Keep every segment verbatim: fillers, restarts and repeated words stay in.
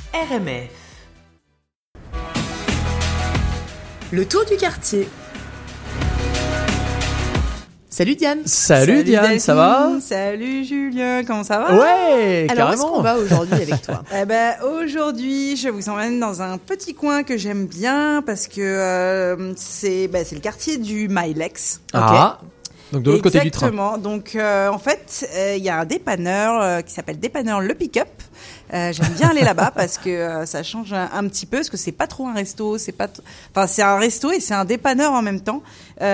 R M F. Le tour du quartier. Salut Diane. Salut, Salut Diane, Delphine, ça va? Salut Julien, comment ça va? Ouais, Alors, carrément. où est-ce qu'on va aujourd'hui avec toi? Eh ben, aujourd'hui, je vous emmène dans un petit coin que j'aime bien parce que euh, c'est, ben, c'est le quartier du Milex. Ah. Okay. Donc de l'autre côté du train. Exactement. Donc euh, en fait, il euh, y a un dépanneur euh, qui s'appelle Dépanneur Le Pick-up. Euh, j'aime bien aller là-bas parce que euh, ça change un, un petit peu, parce que c'est pas trop un resto, c'est pas, t... enfin c'est un resto et c'est un dépanneur en même temps.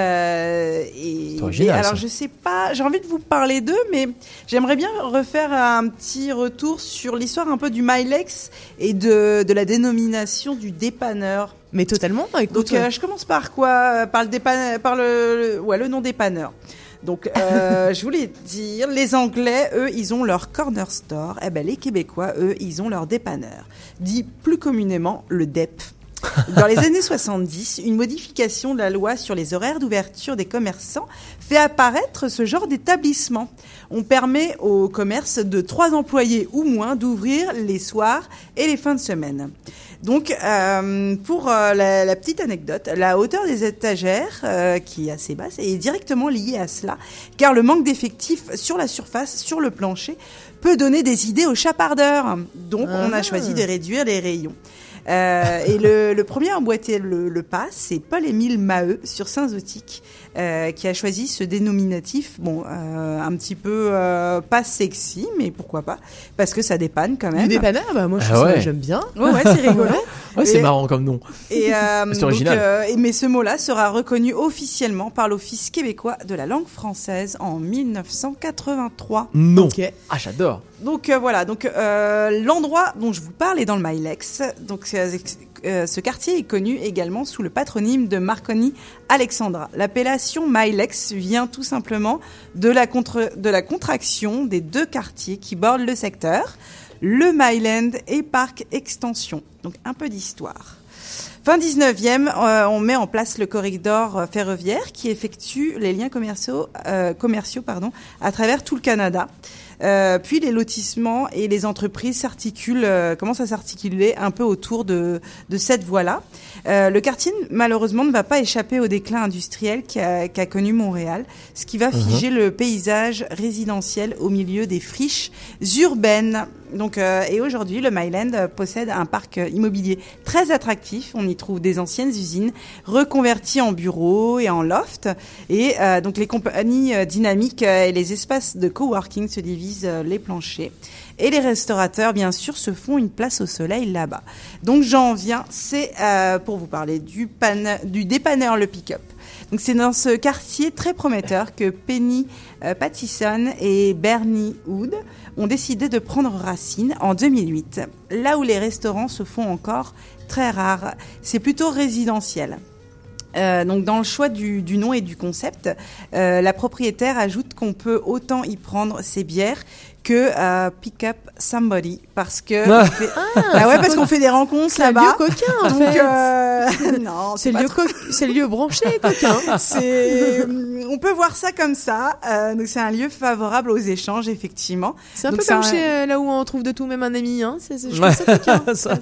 Euh, et, c'est original, et alors ça. je sais pas, j'ai envie de vous parler d'eux, mais j'aimerais bien refaire un petit retour sur l'histoire un peu du Milex et de de la dénomination du dépanneur. Mais totalement. Écoute, Donc euh, je commence par quoi? Par le dépanneur, par le, le ouais le nom dépanneur. Donc, euh, je voulais dire, les Anglais, eux, ils ont leur corner store. Eh ben, les Québécois, eux, ils ont leur dépanneur, dit plus communément le D E P. Dans les années soixante-dix, une modification de la loi sur les horaires d'ouverture des commerçants fait apparaître ce genre d'établissement. On permet aux commerces de trois employés ou moins d'ouvrir les soirs et les fins de semaine. Donc, euh, pour euh, la, la petite anecdote, la hauteur des étagères, euh, qui est assez basse, est directement liée à cela, car le manque d'effectifs sur la surface, sur le plancher, peut donner des idées aux chapardeurs. Donc, ah. on a choisi de réduire les rayons. Euh, et le, le premier à emboîter le, le pas, c'est Paul-Émile Maheu sur Saint-Zotique, euh, qui a choisi ce dénominatif, bon, euh, un petit peu euh, pas sexy, mais pourquoi pas, parce que ça dépanne quand même. Du dépanneur, bah moi je ah trouve ouais. ça, j'aime bien. Ouais, ouais, c'est rigolo. Ouais, c'est et, marrant comme nom. Et euh, c'est original. Donc, euh, et, mais ce mot-là sera reconnu officiellement par l'Office québécois de la langue française en dix-neuf cent quatre-vingt-trois. Non. Okay. Ah, j'adore. Donc euh, voilà, donc euh, l'endroit dont je vous parle est dans le Milex. Donc euh, euh, ce quartier est connu également sous le patronyme de Marconi Alexandra. L'appellation Milex vient tout simplement de la contre, de la contraction des deux quartiers qui bordent le secteur, le Myland et Parc Extension. Donc un peu d'histoire. Fin dix-neuvième, euh, on met en place le corridor ferroviaire qui effectue les liens commerciaux, euh, commerciaux pardon, à travers tout le Canada. Euh, puis les lotissements et les entreprises s'articulent, euh, commencent à s'articuler un peu autour de, de cette voie-là. Euh, le quartier, malheureusement, ne va pas échapper au déclin industriel qu'a, qu'a connu Montréal, ce qui va figer mmh. le paysage résidentiel au milieu des friches urbaines. Donc, euh, et aujourd'hui, le Myland possède un parc immobilier très attractif. On y trouve des anciennes usines reconverties en bureaux et en lofts. Et euh, donc, les compagnies euh, dynamiques euh, et les espaces de coworking se divisent euh, les planchers. Et les restaurateurs, bien sûr, se font une place au soleil là-bas. Donc, j'en viens, c'est euh, pour vous parler du, pan- du dépanneur Le Pick-up. Donc, c'est dans ce quartier très prometteur que Penny euh, Pattison et Bernie Wood ont décidé de prendre racine en deux mille huit. Là où les restaurants se font encore très rares, c'est plutôt résidentiel. Euh, donc dans le choix du, du nom et du concept, euh, la propriétaire ajoute qu'on peut autant y prendre ses bières que euh, pick up somebody parce que ah. on fait... ah, ah ouais parce qu'on fait des rencontres c'est là-bas. C'est un lieu coquin en donc, fait. Euh... non, c'est, c'est le lieu trop... co... c'est le lieu branché coquin. C'est, on peut voir ça comme ça. Euh, donc c'est un lieu favorable aux échanges effectivement. C'est un donc peu c'est comme un... chez euh, là où on trouve de tout, même un ami. Hein. C'est, c'est, je trouve ça coquin.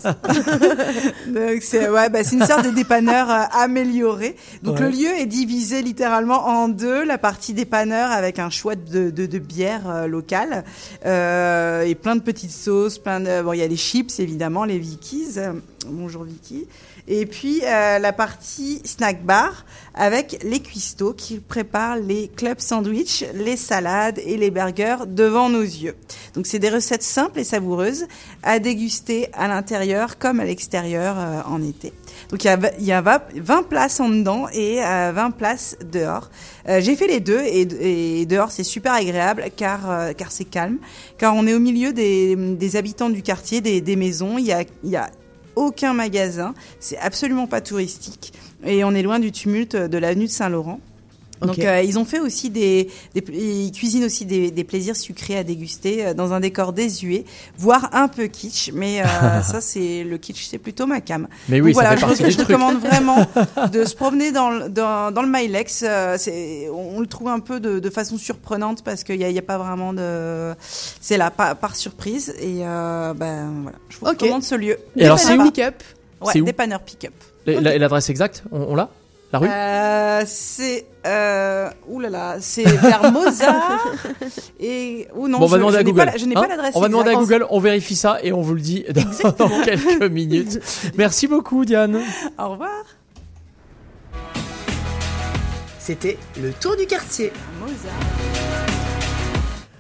donc c'est ouais, bah c'est une sorte de dépanneur euh, amélioré. Donc ouais. Le lieu est divisé littéralement en deux. La partie dépanneur avec un choix de de, de bières euh, locales. Euh, et plein de petites sauces, plein de bon il y a les chips évidemment, les Vickies, euh, bonjour Vicky, et puis euh, la partie snack bar avec les cuistots qui préparent les club sandwich, les salades et les burgers devant nos yeux. Donc c'est des recettes simples et savoureuses à déguster à l'intérieur comme à l'extérieur euh, en été. Donc il y a il y a vingt places en dedans et euh, vingt places dehors. Euh, j'ai fait les deux et, et dehors c'est super agréable car euh, car c'est calme, car on est au milieu des des habitants du quartier, des des maisons, il y a il y a aucun magasin, c'est absolument pas touristique et on est loin du tumulte de l'avenue de Saint-Laurent. Donc Ok. euh, ils ont fait aussi des, des ils cuisinent aussi des, des plaisirs sucrés à déguster euh, dans un décor désuet, voire un peu kitsch, mais euh, ça c'est le kitsch, c'est plutôt ma cam. Mais oui, Donc ça voilà, fait je, partie re- des je trucs. recommande vraiment de se promener dans le, dans, dans le Milex. Euh, c'est, on le trouve un peu de, de façon surprenante parce qu'il y a, il y a pas vraiment de, c'est là par, par surprise et euh, ben voilà, je vous Ok. recommande ce lieu. Et alors, c'est Dépanneur où pick-up. Ouais, c'est où dépanneur pick-up. Et la- et l'adresse exacte, on, on l'a La rue Euh, c'est euh, ouh là là, c'est vers Mozart et ou non, Bon, on va je, demander je à n'ai Google. pas, la- je n'ai Hein pas l'adresse. On va demander à exacte. Google, on vérifie ça et on vous le dit dans, dans quelques minutes. Merci beaucoup, Diane. Au revoir. C'était le tour du quartier. Mozart.